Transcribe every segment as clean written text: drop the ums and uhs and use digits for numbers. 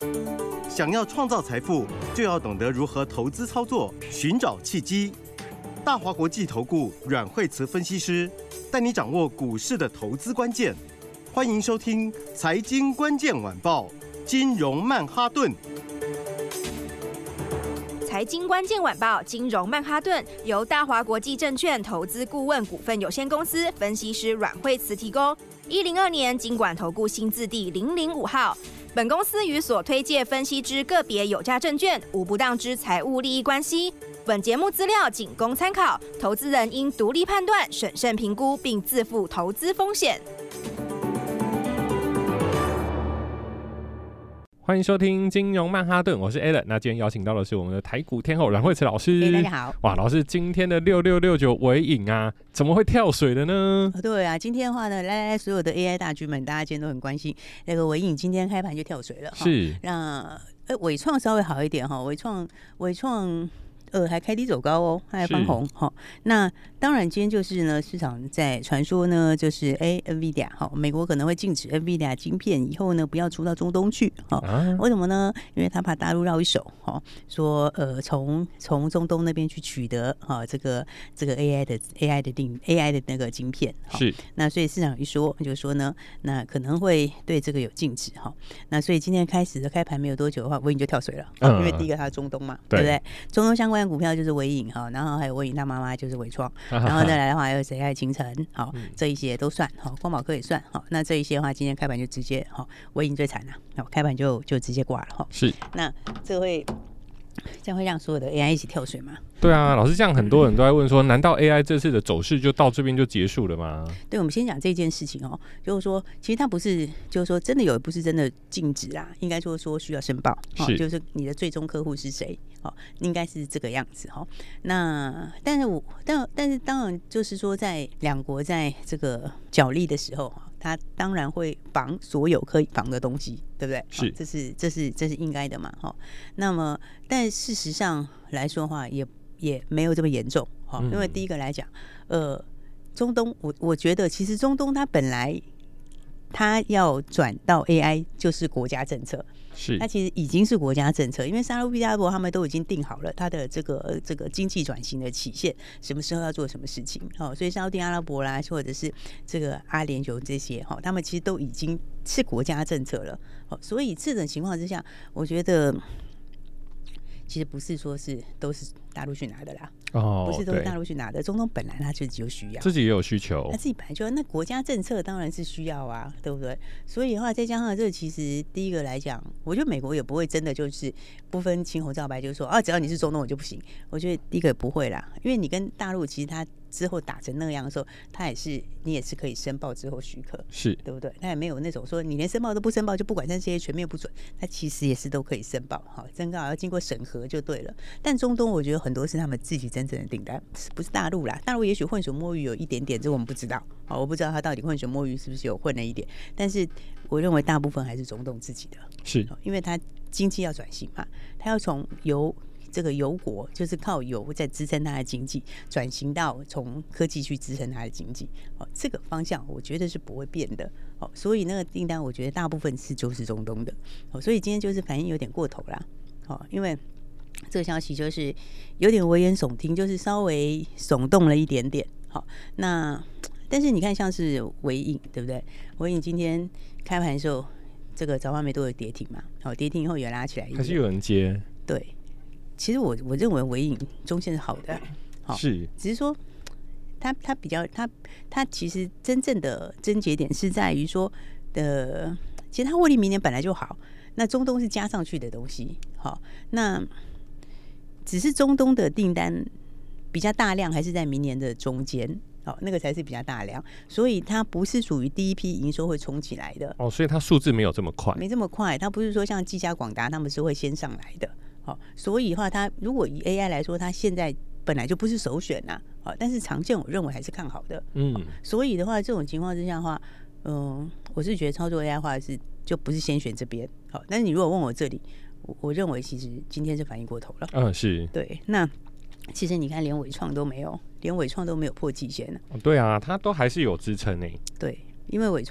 想要创造财富，就要懂得如何投资操作，寻找契机。大华国际投顾阮惠慈分析师带你掌握股市的投资关键。欢迎收听《财经关键晚报》金融曼哈顿。 财经关键晚报金融曼哈顿由大华国际证券投资顾问股份有限公司分析师阮惠慈提供。102年金管投顾新字第005号。本公司与所推介分析之个别有价证券无不当之财务利益关系。本节目资料仅供参考，投资人应独立判断、审慎评估，并自负投资风险。 欢迎收听金融曼哈顿，我是 Alan。那今天邀请到的是我们的台股天后阮惠慈老师。 大家好。 哇，老师，今天的6669尾影啊，怎么会跳水的呢？ 对啊，今天的话呢，来所有的 AI 大军们，大家今天都很关心那个尾影，今天开盘就跳水了。 是。 那伟创稍微好一点哈，伟创还开低走高哦，还翻红哈。那当然，今天就是呢，市场在传说呢，就是NVIDIA 哈，美国可能会禁止 NVIDIA 晶片以后呢，不要出到中东去哈。为什么呢？因为他怕大陆绕一手哈，说从中东那边去取得哈这个 AI 的那个晶片是。 那所以市场一说，就说呢，那可能会对这个有禁止哈。那所以今天开始的开盘没有多久的话，尾影就跳水了，因为第一个它是中东嘛，对不对？中东相关股票就是尾影哈，然后还有尾影他妈妈就是伟创，然后再来的话还有谁？还有勤诚，好，这一些都算好，光宝科也算好。那这一些的话，今天开盘就直接好，尾影最惨了，好，开盘就直接挂了哈。 是， 那这样会让所有的 AI 一起跳水吗？ 对啊，老师，这样很多人都在问说，难道 AI 这次的走势就到这边就结束了吗？ 对，我们先讲这件事情哦，就是说，其实它不是，就是说真的有，不是真的禁止啦，应该说需要申报，就是你的最终客户是谁，应该是这个样子哈。那但是当然就是说，在两国在这个角力的时候，他当然会防所有可以防的东西，对不对？ 是， 这是应该的嘛，哈。那么，但事实上来说的话，也没有这么严重，因为第一个来讲，中东，我觉得其实中东它本来它要转到 AI 就是国家政策。 是， 它其实已经是国家政策，因为沙特阿拉伯他们都已经定好了它的这个经济转型的期限，什么时候要做什么事情，所以沙特阿拉伯啦，或者是这个阿联酋这些，他们其实都已经是国家政策了，所以这种情况之下，我觉得其实不是说都是大陆去拿的啦。不是都是大陆去拿的，中东本来它就需要， 自己也有需求， 他自己本来就那国家政策当然是需要啊，对不对？所以的话，再加上这其实第一个来讲，我觉得美国也不会真的就是不分青红皂白，就是说只要你是中东我就不行。我觉得第一个也不会啦，因为你跟大陆其实他之后打成那样的时候，你也是可以申报之后许可， 是对不对？他也没有那种说你连申报都不申报就不管，但这些全面不准，他其实也是都可以申报，真的要经过审核就对了。但中东我觉得很多是他们自己真正的订单，不是大陆啦。大陆也许混水摸鱼有一点点，这我们不知道，我不知道他到底混水摸鱼是不是有混了一点，但是我认为大部分还是中东自己的， 是因为他经济要转型嘛，他要从这个油国就是靠油在支撑它的经济，转型到从科技去支撑它的经济，这个方向我觉得是不会变的，所以那个订单我觉得大部分就是中东的，所以今天就是反应有点过头啦，因为这个消息就是有点危言耸听，就是稍微耸动了一点点，那但是你看像是微影对不对？微影今天开盘的时候，这个早晚没多有跌停嘛，跌停以后也拉起来一点， 还是有人接， 对。其实我认为微影中线是好的， 是， 只是说它比较它其实真正的症结点是在于说其实它获利明年本来就好，那中东是加上去的东西，那只是中东的订单比较大量，还是在明年的中间。那个才是比较大量，所以它不是属于第一批营收会冲起来的。 所以它数字没有这么快， 没这么快。它不是说像技嘉、广达他们是会先上来的。所以的话，它如果以 AI 来说，它现在本来就不是首选呐。但是长线我认为还是看好的。所以的话，这种情况之下的话，我是觉得操作 AI 的话就不是先选这边。但是你如果问我这里，我认为其实今天是反应过头了。 是。 对，那其实你看，连伟创都没有破季线了。 对啊，它都还是有支撑呢。 对，因为伟创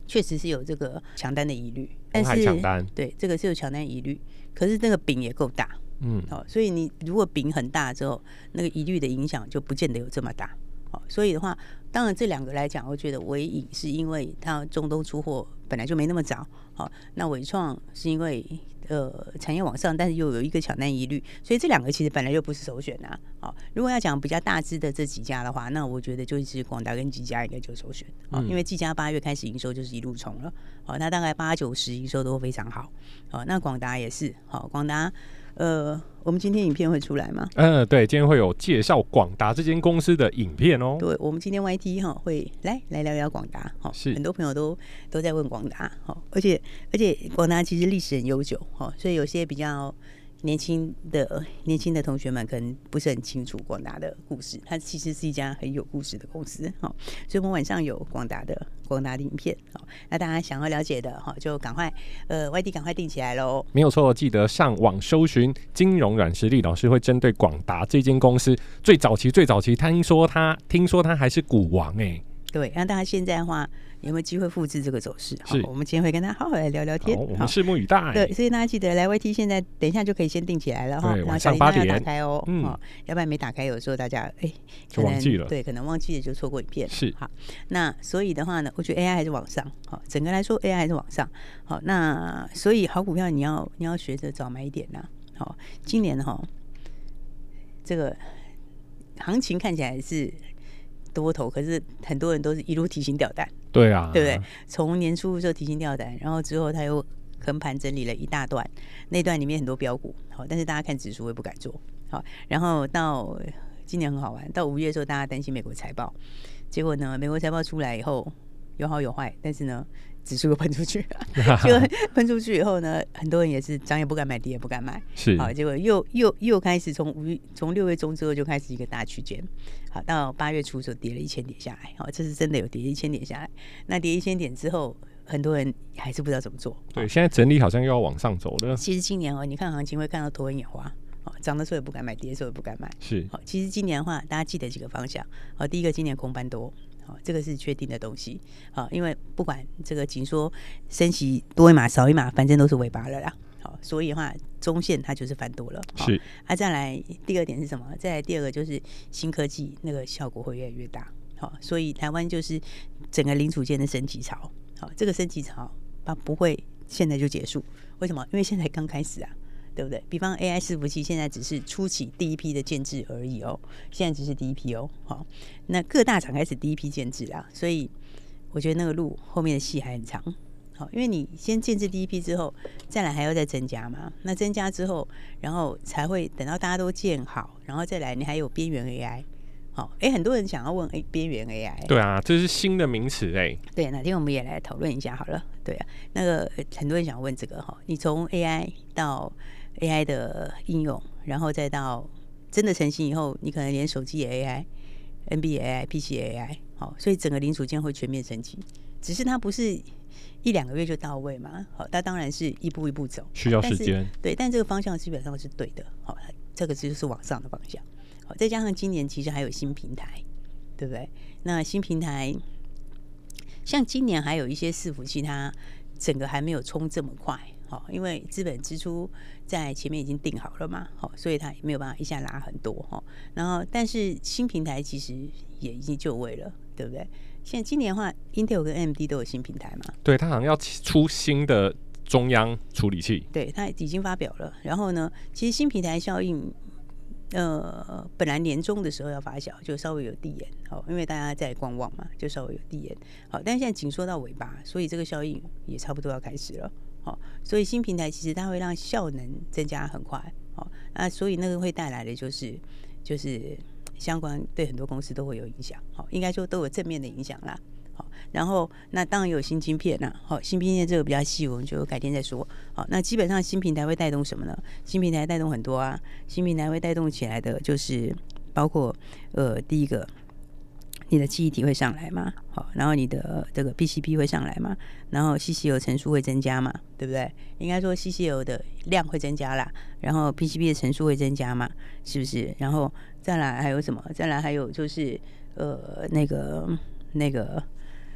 确实是有这个抢单的疑虑，但红海是抢单， 对这个是有抢单疑虑，可是那个饼也够大，所以你如果饼很大之后，那个疑虑的影响就不见得有这么大。所以的话，当然这两个来讲，我觉得微影是因为它中东出货本来就没那么早，那伟创是因为产业往上，但是又有一个抢单疑虑，所以这两个其实本来就不是首选啊。如果要讲比较大支的这几家的话，那我觉得就是广达跟技嘉应该就是首选，因为技嘉8月开始营收就是一路冲了，它大概8、9、10营收都非常好，那广达也是，广达。我们今天影片会出来吗？ 对，今天会有介绍广达这间公司的影片哦。 对，我们今天 YT 会来聊聊广达， 是很多朋友都在问广达，而且广达其实历史很悠久，所以有些比较年轻的同学们可能不是很清楚广达的故事，它其实是一家很有故事的公司，所以我们晚上有广达的影片，那大家想要了解的就赶快YT 赶快订起来咯。 没有错，记得上网搜寻金融软实力，老师会针对广达这间公司最早期听说他还是股王对，那大家现在的话有没有机会复制这个走势？好，我们今天会跟他好好来聊聊天。 我们拭目以待。 对，所以大家记得来 YT， 现在等一下就可以先订起来了哈。 对，晚上8点要打开哦。要不然没打开，有时候大家就忘记了。 对，可能忘记了就错过影片。 是。 好，那所以的话呢，我觉得 AI 还是往上。好，整个来说 AI 还是往上。好，那所以好股票你要学着早买一点呐。好，今年这个行情看起来是多头，可是很多人都是一路提心吊胆， 对啊， 对不对？从年初的时候提心吊胆，然后之后他又横盘整理了一大段，那段里面很多标股，好，但是大家看指数会不敢做，好，然后到今年很好玩，到5月的时候大家担心美国财报，结果呢，美国财报出来以后有好有坏，但是呢，指数又喷出去，结果喷出去以后呢，很多人也是涨也不敢买，跌也不敢买， 是好，结果又开始从6月中之后就开始一个大区间，好，到8月初的时候跌了1000点下来，好，这是真的有跌1000点下来。那跌1000点之后，很多人还是不知道怎么做。 对，现在整理好像又要往上走了。 其实今年你看行情会看到头昏眼花，涨的时候也不敢买，跌的时候也不敢买。 是， 好，其实今年的话，大家记得几个方向。好，第一个，今年空班多。这个是确定的东西，因为不管这个紧缩升息多一码少一码，反正都是尾巴了啦。好，所以的话，中线它就是翻多了。 是， 再来第二点是什么？再来第二个就是新科技那个效果会越来越大。好，所以台湾就是整个零组件的升级潮。好，这个升级潮它不会现在就结束，为什么？因为现在刚开始啊。对不对？比方 AI 伺服器现在只是初期第一批的建制而已哦，现在只是第一批哦。好，那各大厂开始第一批建制啦，所以我觉得那个路后面的戏还很长。好，因为你先建制第一批之后，再来还要再增加嘛。那增加之后，然后才会等到大家都建好，然后再来你还有边缘 AI。好，很多人想要问边缘 AI。 对啊，这是新的名词对，哪天我们也来讨论一下好了。对啊，那个很多人想问这个哈，你从 AI 到 AI 的应用，然后再到真的成型以后，你可能连手机也 AI、NB 也 AI、PC 也 AI， 好，所以整个零组件会全面升级，只是它不是1-2个月就到位嘛，好，它当然是一步一步走， 需要时间。 对，但这个方向基本上是对的，好，这个就是往上的方向。好，再加上今年其实还有新平台，对不对？那新平台，像今年还有一些伺服器，它整个还没有冲这么快。好，因为资本支出在前面已经定好了嘛，好，所以它也没有办法一下拉很多哈。然后，但是新平台其实也已经就位了，对不对？现在今年的话 ，Intel 跟 AMD 都有新平台嘛？ 对，它好像要出新的中央处理器， 对，它已经发表了。然后呢，其实新平台效应，本来年中的时候要发酵，就稍微有递延，好，因为大家在观望嘛，就稍微有递延。好，但是现在紧缩到尾巴，所以这个效应也差不多要开始了。好，所以新平台其实它会让效能增加很快，好，那所以那个会带来的就是相关对很多公司都会有影响，好，应该说都有正面的影响啦。好，然后那当然有新晶片啦，好，新晶片这个比较细，我们就改天再说。好，那基本上新平台会带动什么呢？新平台带动很多啊，新平台会带动起来的就是包括第一个。你的记忆体会上来嘛，好，然后你的这个 PCB 会上来嘛，然后 CCL 层数会增加嘛，对不对？应该说 CCL 的量会增加啦，然后 PCB 的层数会增加嘛，是不是？然后再来还有什么？再来还有就是那个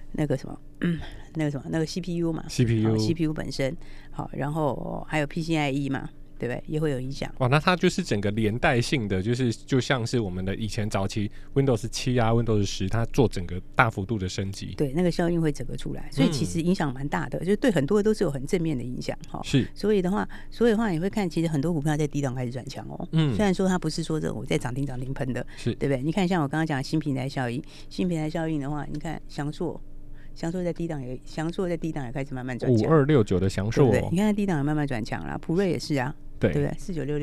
那个什么，那个 CPU 嘛 ，CPU 本身好，然后还有 PCIe 嘛。对不对？也会有影响。 哇，那它就是整个连带性的，就像是我们的以前早期 Windows 7啊、Windows 10，它做整个大幅度的升级。 对，那个效应会整个出来，所以其实影响蛮大的，就对很多都是有很正面的影响哈。 是， 所以的话你会看，其实很多股票在低档开始转强哦。虽然说它不是说这我在涨停喷的， 是对不对？你看像我刚刚讲新平台效应，的话，你看翔硕在低档也开始慢慢转强 ，5269的翔硕， 对，你看低档也慢慢转强了，普瑞也是啊。对不对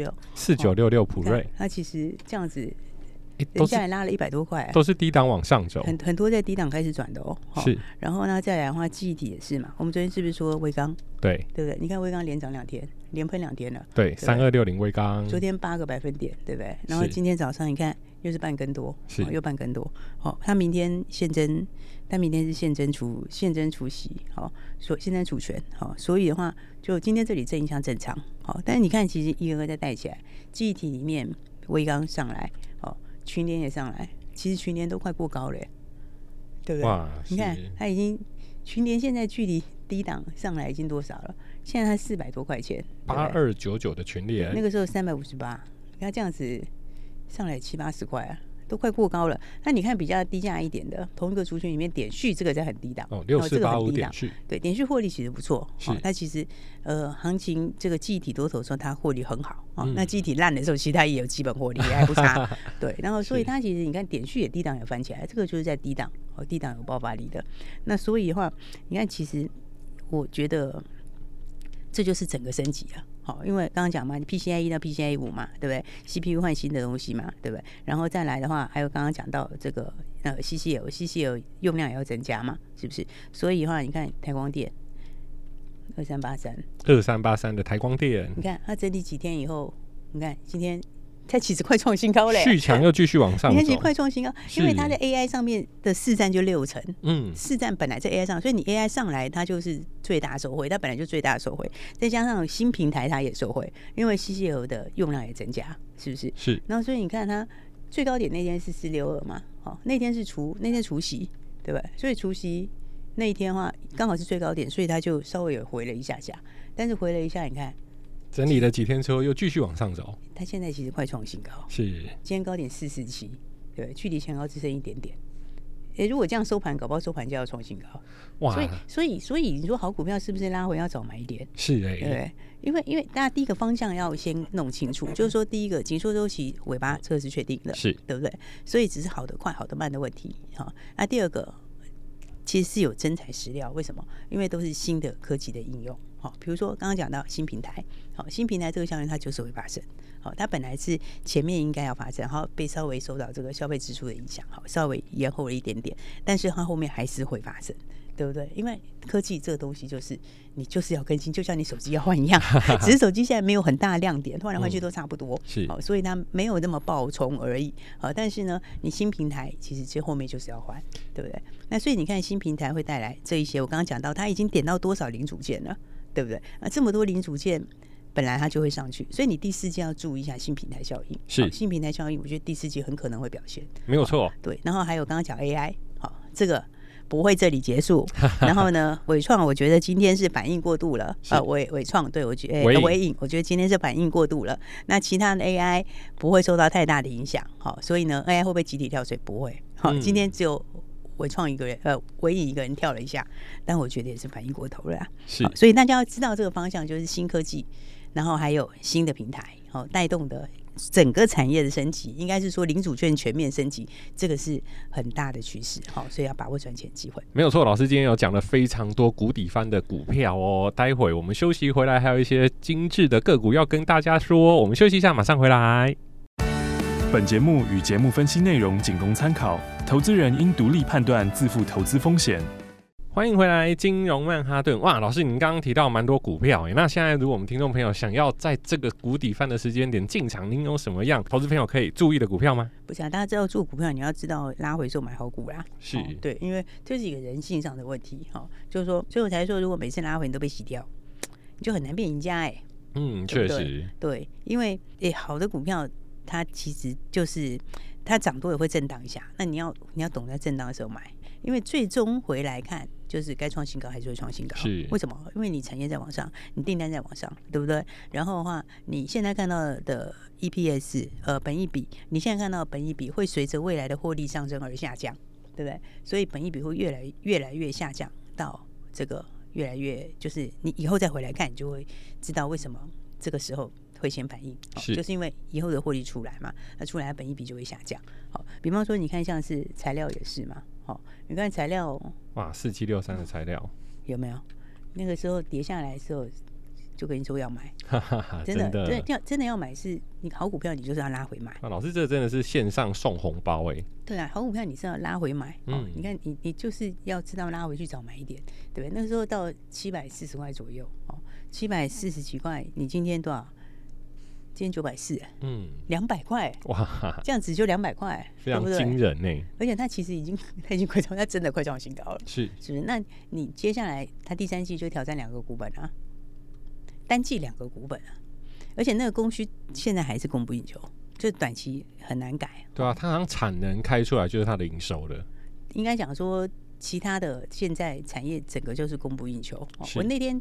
？4966普瑞， 它其实这样子，人家也拉了100多块， 都是低档往上走， 很多在低档开始转的哦。 是， 然后呢，再来的话，记忆体也是嘛。我们昨天是不是说威刚？ 对不对？你看威刚连涨2天，连喷2天了。 对，3260威刚， 昨天8个百分点，对不对？然后今天早上你看又是半根多，又半根多。它明天现增。但明天是现增除息，现增除权，所以的话，就今天这里这影响正常，但是你看，其实一个个在带起来，记忆体里面威刚上来，群联也上来，其实群联都快过高了，对不对？你看它已经群联现在距离低档上来已经多少了？现在它400多块钱 ，8299的群联， 那个时候358，你看这样子上来70-80块啊。都快过高了，那你看比较低价一点的，同一个族群里面，点序这个在很低档 ，6485点序， 对，点序获利其实不错，它其实行情这个记忆体多头的时候，它获利很好那记忆体烂的时候，其实它也有基本获利，也还不差，对，然后所以它其实你看点序也低档有翻起来，这个就是在低档，低档有爆发力的，那所以的话，你看其实我觉得这就是整个升级啊。好，因为刚刚讲嘛 ，PCIe 到 PCIe 5嘛，对不对 ？CPU 换新的东西嘛，对不对？然后再来的话，还有刚刚讲到这个CCL 用量也要增加嘛，是不是？所以的话，你看台光电 2383的台光电， 你看它整理几天以后，你看今天。它其实快创新高嘞， 续强又继续往上走。 你看，其实快创新高，因为它在 AI 上面的市占就6成，市占本来在 AI 上，所以你 AI 上来，它就是最大受惠，它本来就最大受惠，再加上新平台它也受惠，因为 CCL 的用量也增加，是不是？ 是。 然后所以你看它最高点那天是462嘛，那天除息，对吧？所以除息那一天的话，刚好是最高点，所以它就稍微有回了一下下，但是回了一下，你看。 整理了几天之后，又继续往上走。 它现在其实快创新高， 是今天高点447，对，距离前高只剩1点点。如果这样收盘，搞不好收盘就要创新高。哇！所以你说好股票是不是拉回要早买一点？ 是对不对？因为大家第一个方向要先弄清楚，就是说第一个紧缩周期尾巴这个是确定的， 是对不对？所以只是好的快，好的慢的问题。那第二个其实是有真材实料，为什么？因为都是新的科技的应用。比如说刚刚讲到新平台，新平台这个效应它就是会发生，它本来是前面应该要发生，然后被稍微受到这个消费支出的影响，稍微延后了一点点，但是它后面还是会发生，对不对？因为科技这个东西就是你就是要更新，就像你手机要换一样，只是手机现在没有很大的亮点，换来换去都差不多，所以它没有那么爆冲而已，但是呢，你新平台其实这后面就是要换，对不对？那所以你看新平台会带来这一些，我刚刚讲到它已经点到多少零组件了。对不对？这么多零组件，本来它就会上去，所以你第4季要注意一下新平台效应。 是新平台效应，我觉得第4季很可能会表现， 没有错。 对，然后还有刚刚讲 AI， 这个不会这里结束。然后呢，伟创我觉得今天是反应过度了。伟创对我觉得伟影，我觉得今天是反应过度了。那其他的 AI 不会受到太大的影响。所以呢 ，AI 会不会集体跳水？不会。今天只有。伟创一个人，伟影一个人跳了一下，但我觉得也是反应过头了啦。 是， 所以大家要知道这个方向就是新科技，然后还有新的平台，带动的整个产业的升级，应该是说零组件全面升级，这个是很大的趋势。所以要把握赚钱机会。 没有错，老师今天有讲了非常多谷底翻的股票哦。待会我们休息回来，还有一些精致的个股要跟大家说。我们休息一下，马上回来。 本节目与节目分析内容仅供参考，投资人应独立判断，自负投资风险。 欢迎回来，金融曼哈顿。哇，老师，您刚刚提到蛮多股票，那现在如果我们听众朋友想要在这个谷底翻的时间点进场，您有什么样投资朋友可以注意的股票吗？ 不是大家知道做股票，你要知道拉回时候买好股啦。 是， 对，因为这是一个人性上的问题，就是说，所以我才说，如果每次拉回你都被洗掉，你就很难变赢家确实， 对，因为好的股票。它其实就是它涨多也会震荡一下，那你要懂在震荡的时候买， 因为最终回来看，就是该创新高还是会创新高。 是为什么？因为你产业在往上，你订单在往上，对不对？然后的话，你现在看到的 EPS 本益比，你现在看到的本益比会随着未来的获利上升而下降，对不对？所以本益比会越来越下降到这个越来越，就是你以后再回来看，你就会知道为什么这个时候会先反应，就是因为以后的获利出来嘛，那出来本益比就会下降。好，比方说你看像是材料也是嘛，好，你看材料， 哇，4763的材料有没有？那个时候跌下来的时候，就跟你说要买，真的要买，是你好股票你就是要拉回买。 老师，这真的是线上送红包哎。 对啊，好股票你是要拉回买，你看你就是要知道拉回去早买一点，对不对？那时候到740块左右，740几块，你今天多少？今天940， 200块，哇，这样子就200块， 非常惊人呢。 而且它其实已经快创，它真的快创新高了， 是不是？那你接下来它第3季就挑战2个股本啊，单季2个股本啊，而且那个供需现在还是供不应求，就短期很难改。 对啊，它好像产能开出来就是它的营收了。 应该讲说，其他的现在产业整个就是供不应求。我那天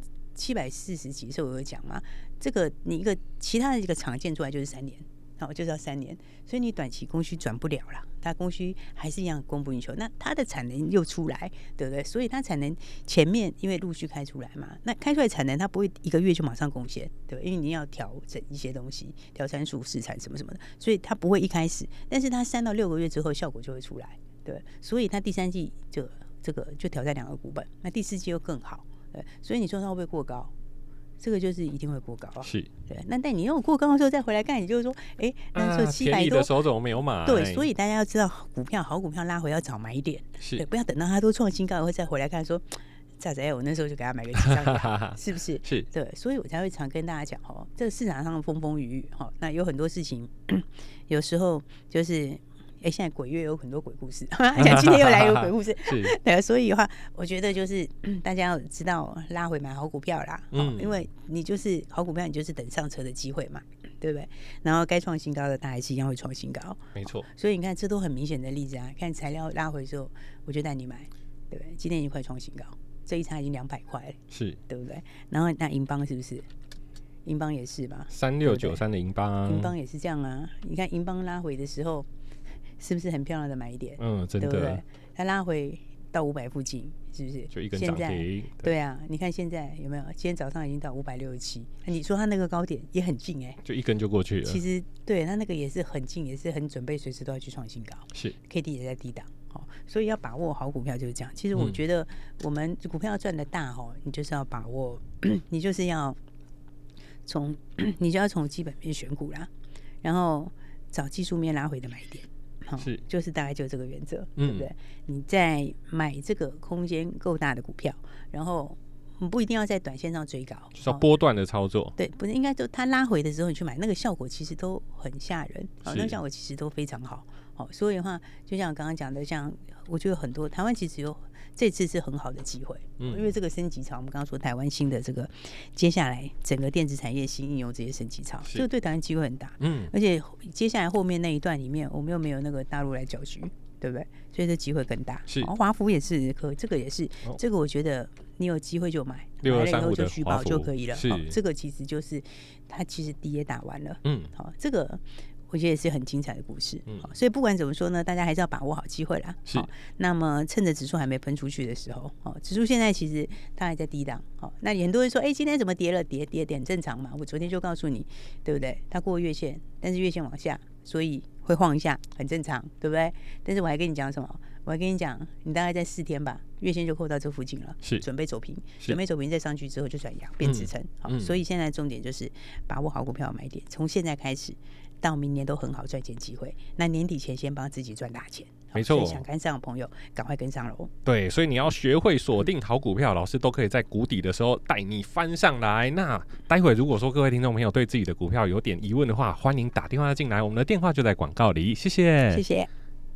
740几的时候我有讲嘛，这个你一个其他的一个厂建出来就是3年，好，就是要3年，所以你短期供需转不了了，它供需还是一样供不应求。那它的产能又出来，对不对？所以它产能前面因为陆续开出来嘛，那开出来产能它不会1个月就马上贡献，对吧？因为你要调整一些东西，调参数、试产什么什么的，所以它不会一开始，但是它3到6个月之后效果就会出来，对。所以它第3季就这个就挑战2个股本，那第4季又更好。所以你说它会不会过高？这个就是一定会过高啊。 是， 对。那但你如果过高的时候再回来看，你就是说，那时候700多， 便宜的时候怎么没有买？ 对，所以大家要知道，好股票拉回要早买一点， 是， 对，不要等到它都创新高以后再回来看说，咋子？我那时候就给他买个几张，是不是？ 是， 对，所以我才会常跟大家讲这个市场上风风雨雨那有很多事情，有时候就是。现在鬼月有很多鬼故事，讲今天又来有鬼故事，对，所以的话，我觉得就是大家要知道拉回买好股票啦，因为你就是好股票，你就是等上车的机会嘛，对不对？然后该创新高的，它还是一样会创新高， 没错。 所以你看，这都很明显的例子啊。看材料拉回之后，我就带你买，对不对？今天已经快创新高，这一差已经200块了， 是， 对不对？然后那银邦是不是？银邦也是吧 ，3693的银邦， 银邦也是这样啊。你看银邦拉回的时候。是不是很漂亮的买一点？ 真的，对不对？ 它拉回到500附近，是不是？ 就一根涨停。 对啊，你看现在有没有？今天早上已经到567，你说它那个高点也很近就一根就过去了。 其实对它那个也是很近，也是很准备随时都要去创新高。 是 ，KD 也在低档，所以要把握好股票就是这样。其实我觉得我们股票要赚得大你就是要把握，你就是要你就要从基本面选股啦，然后找技术面拉回的买点。 是， 就是大概就这个原则，对不对？你在买这个空间够大的股票，然后你不一定要在短线上追高， 就是要波段的操作。 对，不是应该就它拉回的时候你去买，那个效果其实都很吓人，那个效果其实都非常好。所以的话，就像我刚刚讲的，像我觉得很多台湾其实有这次是很好的机会，因为这个升级潮，我们刚刚说台湾新的这个接下来整个电子产业新应用这些升级潮，这个对台湾机会很大。而且接下来后面那一段里面，我们又没有那个大陆来搅局，对不对？所以这机会更大。 是， 华孚也是这个也是，这个我觉得你有机会就买，买了以后就续保就可以了。这个其实就是它其实底也打完了。好，这个。我觉得也是很精彩的故事，所以不管怎么说呢，大家还是要把握好机会啦。 是， 那么趁着指数还没喷出去的时候，指数现在其实它还在低档，那很多人说，今天怎么跌了？跌很正常嘛。我昨天就告诉你，对不对？它过月线，但是月线往下，所以会晃一下，很正常，对不对？但是我还跟你讲什么？我还跟你讲，你大概在4天吧，月线就扣到这附近了， 是准备走平，准备走平再上去之后就转阳变支撑。所以现在重点就是把握好股票买点，从现在开始。到明年都很好赚钱机会，那年底前先帮自己赚大钱， 没错。 想跟上的朋友，赶快跟上喽。 对，所以你要学会锁定好股票，老师都可以在谷底的时候带你翻上来。那待会如果说各位听众朋友对自己的股票有点疑问的话，欢迎打电话进来，我们的电话就在广告里。谢谢， 谢谢。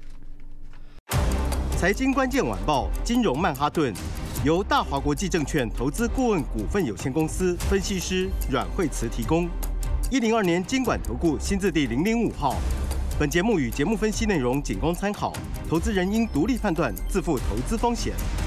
财经关键晚报，金融曼哈顿，由大华国际证券投资顾问股份有限公司分析师阮惠慈提供。1020年金管投顾新字第005号。 本节目与节目分析内容仅供参考，投资人应独立判断，自负投资风险。